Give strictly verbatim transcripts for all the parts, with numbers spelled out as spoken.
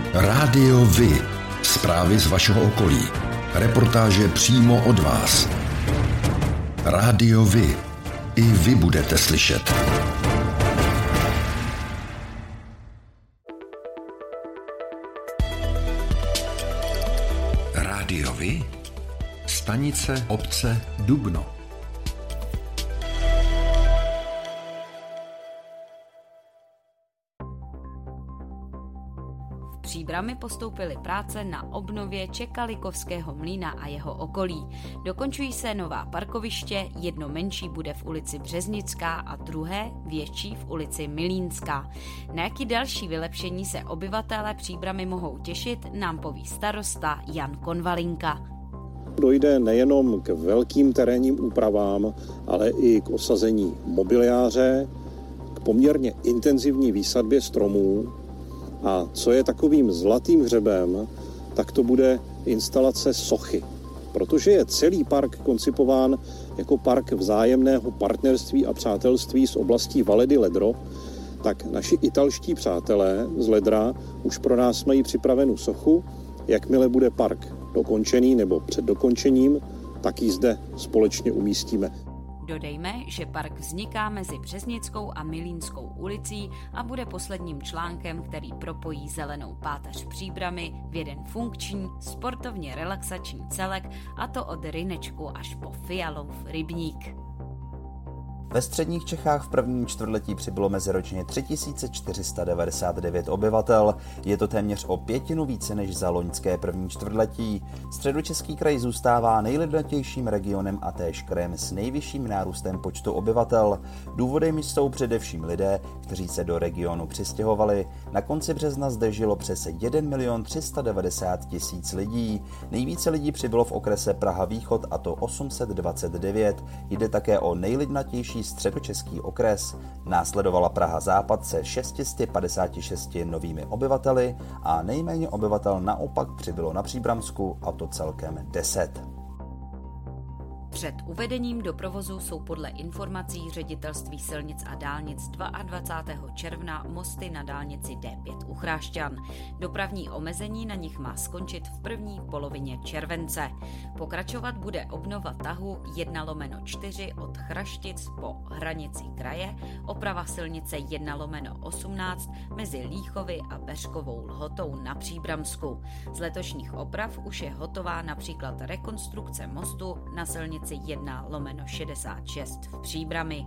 Rádio Vy. Zprávy z vašeho okolí. Reportáže přímo od vás. Rádio Vy. I vy budete slyšet. Rádio Vy. Stanice obce Dubno. Příbrami postoupily práce na obnově Čekalikovského mlýna a jeho okolí. Dokončují se nová parkoviště, jedno menší bude v ulici Březnická a druhé, větší, v ulici Milínská. Na jaký další vylepšení se obyvatelé Příbrami mohou těšit, nám poví starosta Jan Konvalinka. Dojde nejenom k velkým terénním úpravám, ale i k osazení mobiliáře, k poměrně intenzivní výsadbě stromů. A co je takovým zlatým hřebem, tak to bude instalace sochy. Protože je celý park koncipován jako park vzájemného partnerství a přátelství s oblastí Valle di Ledro, tak naši italští přátelé z Ledra už pro nás mají připravenou sochu. Jakmile bude park dokončený nebo před dokončením, tak ji zde společně umístíme. Dodejme, že park vzniká mezi Březnickou a Milínskou ulicí a bude posledním článkem, který propojí zelenou páteř Příbrami v jeden funkční, sportovně relaxační celek, a to od Rynečku až po Fialov rybník. Ve středních Čechách v prvním čtvrtletí přibylo meziročně tři tisíce čtyři sta devadesát devět obyvatel. Je to téměř o pětinu více než za loňské první čtvrtletí. Středočeský kraj zůstává nejlidnatějším regionem a též krajem s nejvyšším nárůstem počtu obyvatel. Důvodem jsou především lidé, kteří se do regionu přistěhovali. Na konci března zde žilo přes jeden milion tři sta devadesát tisíc lidí. Nejvíce lidí přibylo v okrese Praha Východ, a to osm set dvacet devět. Jde také o nejlidnatější středočeský okres. Následovala Praha Západ se šest set padesát šest novými obyvateli a nejméně obyvatel naopak přibylo na Příbramsku, a to celkem deset. Před uvedením do provozu jsou podle informací Ředitelství silnic a dálnic dvacátého druhého června mosty na dálnici D pět u Chrášťan. Dopravní omezení na nich má skončit v první polovině července. Pokračovat bude obnova tahu jedna lomeno čtyři od Chraštic po hranici kraje, oprava silnice jedna lomeno osmnáct mezi Líchovy a Beřkovou Lhotou na Příbramsku. Z letošních oprav už je hotová například rekonstrukce mostu na silnici jedna lomeno šedesát šest v Příbrami.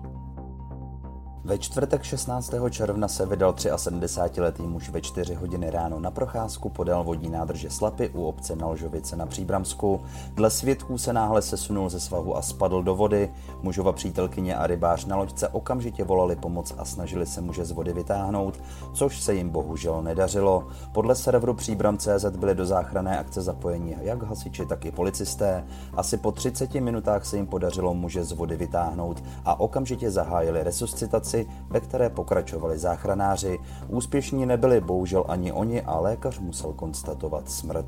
Ve čtvrtek šestnáctého června se vydal sedmdesátitříletý muž ve čtyři hodiny ráno na procházku podél vodní nádrže Slapy u obce Nalžovice na Příbramsku. Dle svědků se náhle sesunul ze svahu a spadl do vody. Mužova přítelkyně a rybář na loďce okamžitě volali pomoc a snažili se muže z vody vytáhnout, což se jim bohužel nedařilo. Podle serveru Příbram tečka cé zet byli do záchranné akce zapojeni jak hasiči, tak i policisté. Asi po třiceti minutách se jim podařilo muže z vody vytáhnout a okamžitě zahájili resuscitaci, ve které pokračovali záchranáři. Úspěšní nebyli bohužel ani oni a lékař musel konstatovat smrt.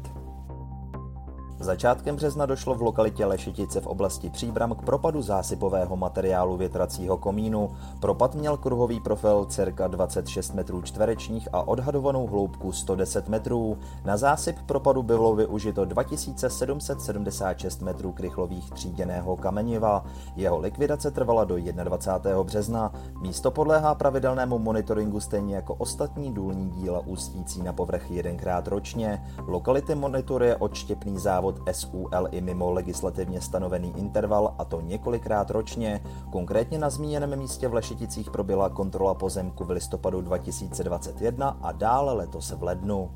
Začátkem března došlo v lokalitě Lešetice v oblasti Příbram k propadu zásypového materiálu větracího komínu. Propad měl kruhový profil cirka dvacet šest metrů čtverečních a odhadovanou hloubku sto deset metrů. Na zásyp propadu bylo využito dva tisíce sedm set sedmdesát šest metrů krychlových tříděného kameniva. Jeho likvidace trvala do dvacátého prvního března. Místo podléhá pravidelnému monitoringu stejně jako ostatní důlní díla ústící na povrch jedenkrát ročně. Lokality monitoruje odštěpný závod S U L i mimo legislativně stanovený interval, a to několikrát ročně. Konkrétně na zmíněném místě v Lešeticích proběhla kontrola pozemku v listopadu dva tisíce dvacet jedna a dále letos v lednu.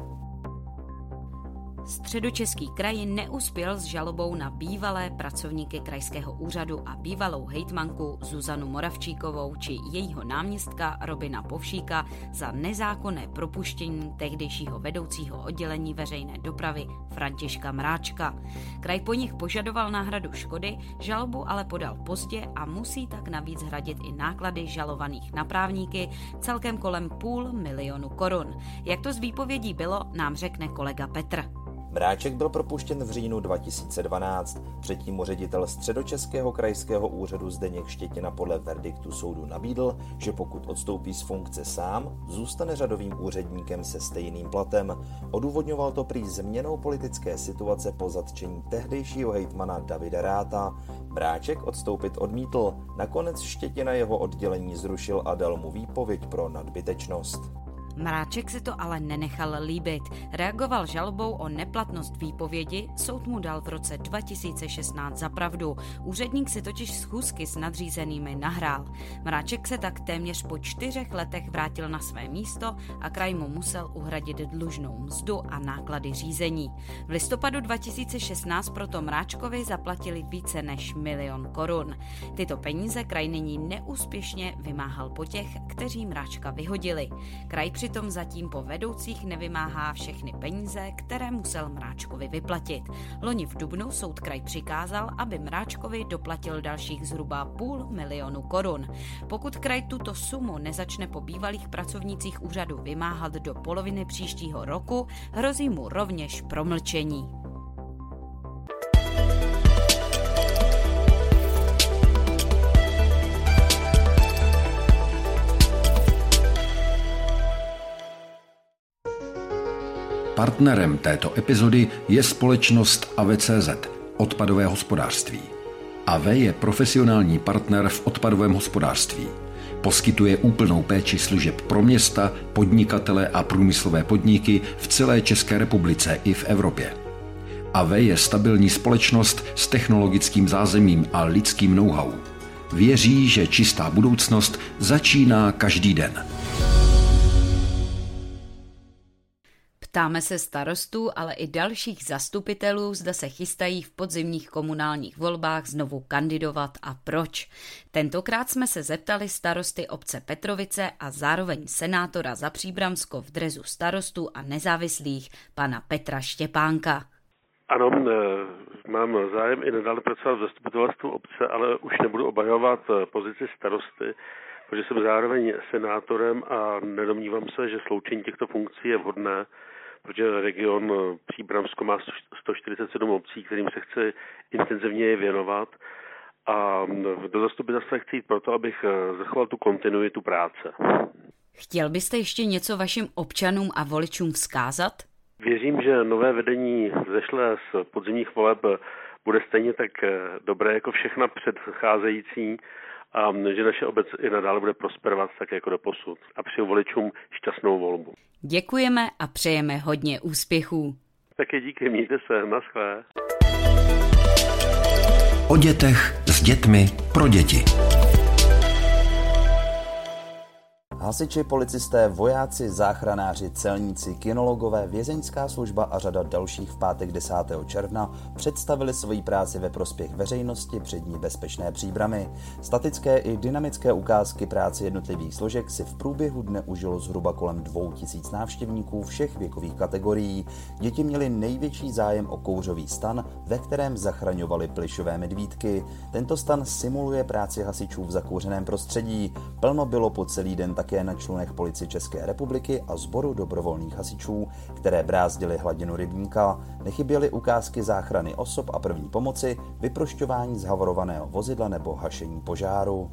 Středočeský kraj neuspěl s žalobou na bývalé pracovníky krajského úřadu a bývalou hejtmanku Zuzanu Moravčíkovou či jejího náměstka Robina Povšíka za nezákonné propuštění tehdejšího vedoucího oddělení veřejné dopravy Františka Mráčka. Kraj po nich požadoval náhradu škody, žalobu ale podal pozdě a musí tak navíc hradit i náklady žalovaných na právníky, celkem kolem půl milionu korun. Jak to z výpovědí bylo, nám řekne kolega Petr. Mráček byl propuštěn v říjnu dva tisíce dvanáct. Předtím mu ředitel Středočeského krajského úřadu Zdeněk Štětina podle verdiktu soudu nabídl, že pokud odstoupí z funkce sám, zůstane řadovým úředníkem se stejným platem. Odůvodňoval to prý změnou politické situace po zatčení tehdejšího hejtmana Davida Ratha. Mráček odstoupit odmítl. Nakonec Štětina jeho oddělení zrušil a dal mu výpověď pro nadbytečnost. Mráček si to ale nenechal líbit. Reagoval žalobou o neplatnost výpovědi, soud mu dal v roce dva tisíce šestnáct za pravdu. Úředník si totiž schůzky s nadřízenými nahrál. Mráček se tak téměř po čtyřech letech vrátil na své místo a kraj mu musel uhradit dlužnou mzdu a náklady řízení. V listopadu dva tisíce šestnáct proto Mráčkovi zaplatili více než milion korun. Tyto peníze kraj nyní neúspěšně vymáhal po těch, kteří Mráčka vyhodili. Kraj přitom zatím po vedoucích nevymáhá všechny peníze, které musel Mráčkovi vyplatit. Loni v dubnu soud kraj přikázal, aby Mráčkovi doplatil dalších zhruba půl milionu korun. Pokud kraj tuto sumu nezačne po bývalých pracovnících úřadu vymáhat do poloviny příštího roku, hrozí mu rovněž promlčení. Partnerem této epizody je společnost A V C Z, odpadové hospodářství. A V je profesionální partner v odpadovém hospodářství. Poskytuje úplnou péči služeb pro města, podnikatele a průmyslové podniky v celé České republice i v Evropě. A V je stabilní společnost s technologickým zázemím a lidským know-how. Věří, že čistá budoucnost začíná každý den. Ptáme se starostů, ale i dalších zastupitelů, zda se chystají v podzimních komunálních volbách znovu kandidovat a proč. Tentokrát jsme se zeptali starosty obce Petrovice a zároveň senátora za Příbramsko v dresu starostů a nezávislých, pana Petra Štěpánka. Ano, mám zájem i nadále pracovat v zastupitelstvu obce, ale už nebudu obhajovat pozici starosty, protože jsem zároveň senátorem a nedomnívám se, že sloučení těchto funkcí je vhodné, protože region Příbramsko má sto čtyřicet sedm obcí, kterým se chce intenzivně věnovat, a do zastupitelstva chci jít proto, abych zachoval tu kontinuitu práce. Chtěl byste ještě něco vašim občanům a voličům vzkázat? Věřím, že nové vedení vzešlé z podzimních voleb bude stejně tak dobré jako všechna předcházející a že naše obec i nadále bude prosperovat tak jako doposud. A přeju voličům šťastnou volbu. Děkujeme a přejeme hodně úspěchů. Také díky, mějte se, naschle. O dětech s dětmi pro děti. Hasiči, policisté, vojáci, záchranáři, celníci, kinologové, vězeňská služba a řada dalších v pátek desátého června představili svoji práci ve prospěch veřejnosti před Dní bezpečné Příbramy. Statické i dynamické ukázky práce jednotlivých složek si v průběhu dne užilo zhruba kolem dvou tisíc návštěvníků všech věkových kategorií. Děti měly největší zájem o kouřový stan, ve kterém zachraňovali plyšové medvídky. Tento stan simuluje práci hasičů v zakouřeném prostředí. Plno bylo po celý den také na člunech Policie České republiky a sboru dobrovolných hasičů, které brázdily hladinu rybníka. Nechyběly ukázky záchrany osob a první pomoci, vyprošťování zhavarovaného vozidla nebo hašení požáru.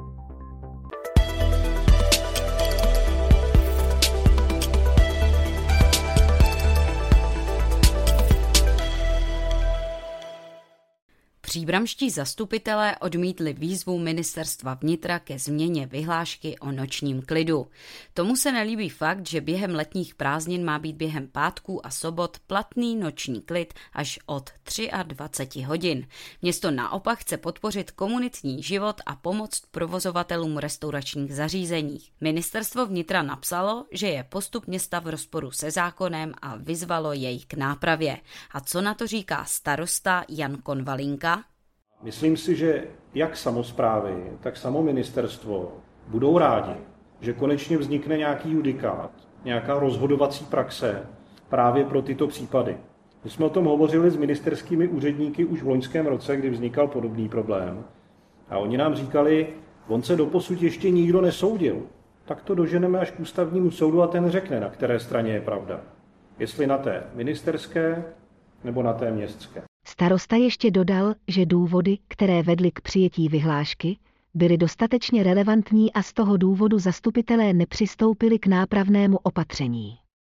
Příbramští zastupitelé odmítli výzvu ministerstva vnitra ke změně vyhlášky o nočním klidu. Tomu se nelíbí fakt, že během letních prázdnin má být během pátků a sobot platný noční klid až od dvacet tři hodin. Město naopak chce podpořit komunitní život a pomoct provozovatelům restauračních zařízení. Ministerstvo vnitra napsalo, že je postup města v rozporu se zákonem a vyzvalo jej k nápravě. A co na to říká starosta Jan Konvalinka? Myslím si, že jak samosprávy, tak samo ministerstvo budou rádi, že konečně vznikne nějaký judikát, nějaká rozhodovací praxe právě pro tyto případy. My jsme o tom hovořili s ministerskými úředníky už v loňském roce, kdy vznikal podobný problém. A oni nám říkali, on se doposud ještě nikdo nesoudil. Tak to doženeme až k ústavnímu soudu a ten řekne, na které straně je pravda. Jestli na té ministerské, nebo na té městské. Starosta ještě dodal, že důvody, které vedly k přijetí vyhlášky, byly dostatečně relevantní a z toho důvodu zastupitelé nepřistoupili k nápravnému opatření.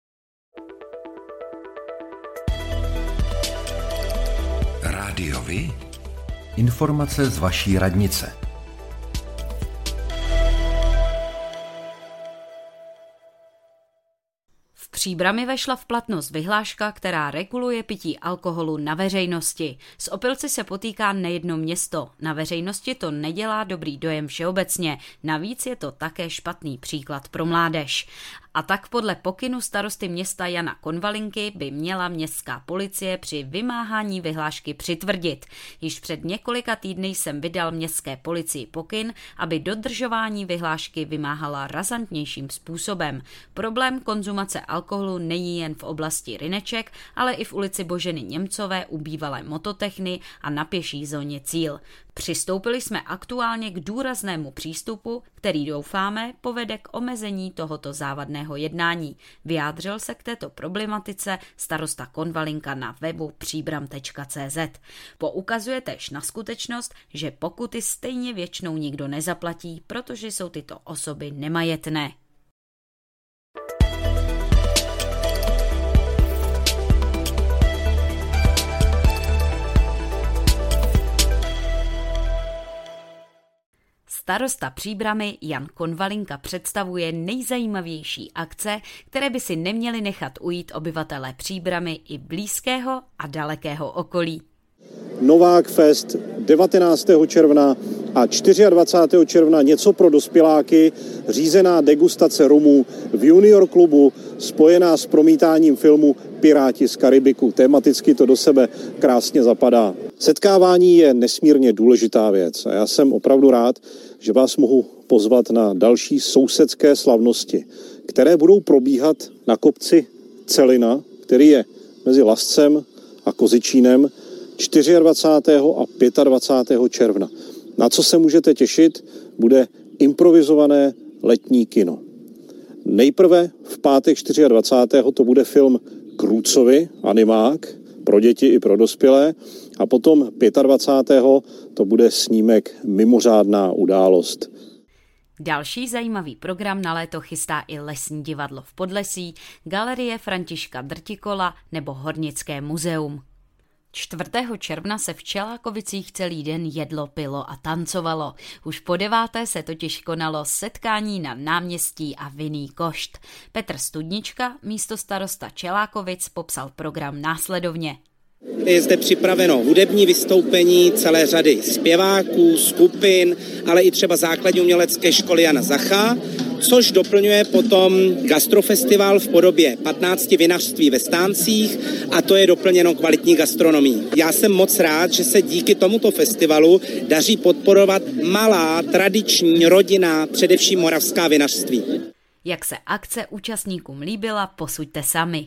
Rádiovi? Informace z vaší radnice. V Příbrami vešla v platnost vyhláška, která reguluje pití alkoholu na veřejnosti. S opilci se potýká nejedno město. Na veřejnosti to nedělá dobrý dojem všeobecně. Navíc je to také špatný příklad pro mládež. A tak podle pokynu starosty města Jana Konvalinky by měla městská policie při vymáhání vyhlášky přitvrdit. Již před několika týdny jsem vydal městské policii pokyn, aby dodržování vyhlášky vymáhala razantnějším způsobem. Problém konzumace alkoholu není jen v oblasti Ryneček, ale i v ulici Boženy Němcové u bývalé mototechny a na pěší zóně Cíl. Přistoupili jsme aktuálně k důraznému přístupu, který doufáme povede k omezení tohoto závadného jednání. Vyjádřil se k této problematice starosta Konvalinka na webu příbram tečka cé zet. Poukazuje též na skutečnost, že pokuty stejně většinou nikdo nezaplatí, protože jsou tyto osoby nemajetné. Starosta Příbrami Jan Konvalinka představuje nejzajímavější akce, které by si neměli nechat ujít obyvatelé Příbrami i blízkého a dalekého okolí. Novák Fest devatenáctého června a dvacátého čtvrtého června něco pro dospěláky, řízená degustace rumů v Junior klubu, spojená s promítáním filmu Piráti z Karibiku. Tematicky to do sebe krásně zapadá. Setkávání je nesmírně důležitá věc a já jsem opravdu rád, že vás mohu pozvat na další sousedské slavnosti, které budou probíhat na kopci Celina, který je mezi Lascem a Kozičínem, dvacátého čtvrtého a dvacátého pátého června. Na co se můžete těšit, bude improvizované letní kino. Nejprve v pátek dvacátého čtvrtého to bude film Krůcovi, animák, pro děti i pro dospělé, a potom dvacátého pátého to bude snímek Mimořádná událost. Další zajímavý program na léto chystá i Lesní divadlo v Podlesí, Galerie Františka Drtikola nebo Hornické muzeum. čtvrtého června se v Čelákovicích celý den jedlo, pilo a tancovalo. Už po deváté se totiž konalo setkání na náměstí a vinný košt. Petr Studnička, místostarosta Čelákovic, popsal program následovně. Je zde připraveno hudební vystoupení celé řady zpěváků, skupin, ale i třeba základní umělecké školy Jana Zacha, což doplňuje potom gastrofestival v podobě patnácti vinařství ve Stáncích a to je doplněno kvalitní gastronomií. Já jsem moc rád, že se díky tomuto festivalu daří podporovat malá, tradiční, rodinná, především moravská vinařství. Jak se akce účastníkům líbila, posuďte sami.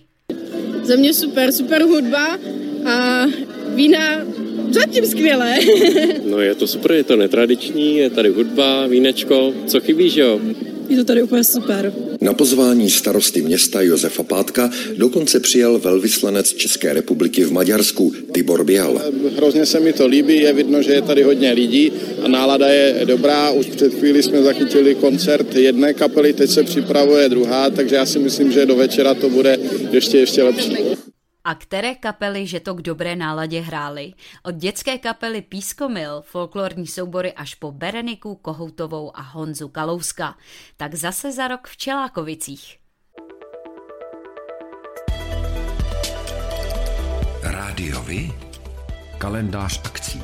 Za mě super, super hudba a vína zatím skvělé. No je to super, je to netradiční, je tady hudba, vínečko, co chybí, že jo? Je to tady úplně super. Na pozvání starosty města Josefa Pátka dokonce přijel velvyslanec České republiky v Maďarsku Tibor Běhal. Hrozně se mi to líbí, je vidno, že je tady hodně lidí a nálada je dobrá. Už před chvíli jsme zachytili koncert jedné kapely, teď se připravuje druhá, takže já si myslím, že do večera to bude ještě ještě lepší. A které kapely, že to k dobré náladě hrály? Od dětské kapely Pískomil, folklorní soubory až po Bereniku Kohoutovou a Honzu Kalouska. Tak zase za rok v Čelákovicích. Rádiovi? Kalendář akcí.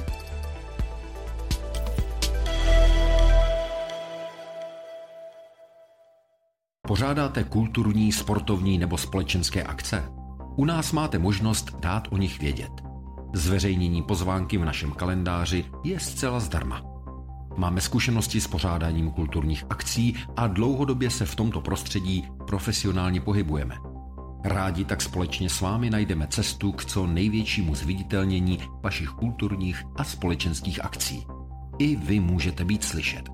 Pořádáte kulturní, sportovní nebo společenské akce? U nás máte možnost dát o nich vědět. Zveřejnění pozvánky v našem kalendáři je zcela zdarma. Máme zkušenosti s pořádáním kulturních akcí a dlouhodobě se v tomto prostředí profesionálně pohybujeme. Rádi tak společně s vámi najdeme cestu k co největšímu zviditelnění vašich kulturních a společenských akcí. I vy můžete být slyšet.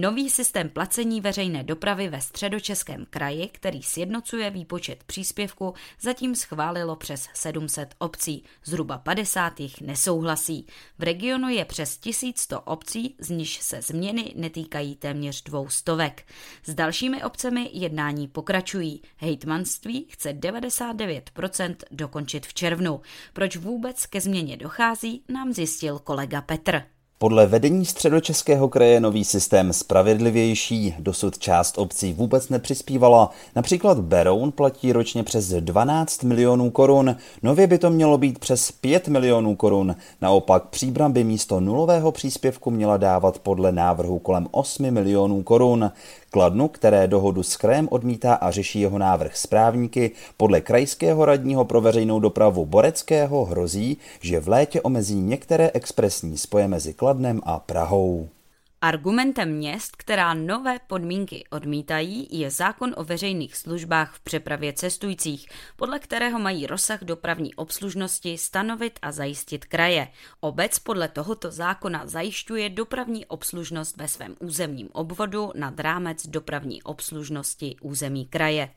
Nový systém placení veřejné dopravy ve Středočeském kraji, který sjednocuje výpočet příspěvku, zatím schválilo přes sedm set obcí. Zhruba padesát jich nesouhlasí. V regionu je přes tisíc sto obcí, z nichž se změny netýkají téměř dvou stovek. S dalšími obcemi jednání pokračují. Hejtmanství chce devadesát devět procent dokončit v červnu. Proč vůbec ke změně dochází, nám zjistil kolega Petr. Podle vedení Středočeského kraje je nový systém spravedlivější. Dosud část obcí vůbec nepřispívala. Například Beroun platí ročně přes dvanáct milionů korun. Nově by to mělo být přes pět milionů korun. Naopak Příbram by místo nulového příspěvku měla dávat podle návrhu kolem osm milionů korun. Kladno, které dohodu s krajem odmítá a řeší jeho návrh správníky, podle krajského radního pro veřejnou dopravu Boreckého hrozí, že v létě omezí některé expresní spoje mezi Kladnem a Prahou. Argumentem měst, která nové podmínky odmítají, je zákon o veřejných službách v přepravě cestujících, podle kterého mají rozsah dopravní obslužnosti stanovit a zajistit kraje. Obec podle tohoto zákona zajišťuje dopravní obslužnost ve svém územním obvodu nad rámec dopravní obslužnosti území kraje.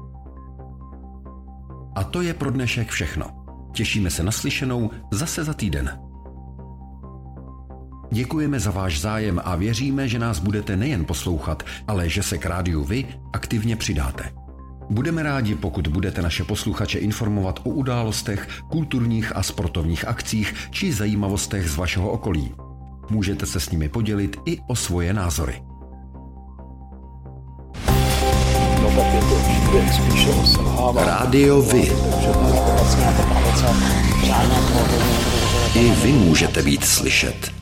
A to je pro dnešek všechno. Těšíme se na slyšenou zase za týden. Děkujeme za váš zájem a věříme, že nás budete nejen poslouchat, ale že se k rádiu Vy aktivně přidáte. Budeme rádi, pokud budete naše posluchače informovat o událostech, kulturních a sportovních akcích či zajímavostech z vašeho okolí. Můžete se s nimi podělit i o svoje názory. Rádio Vy. I vy můžete být slyšet.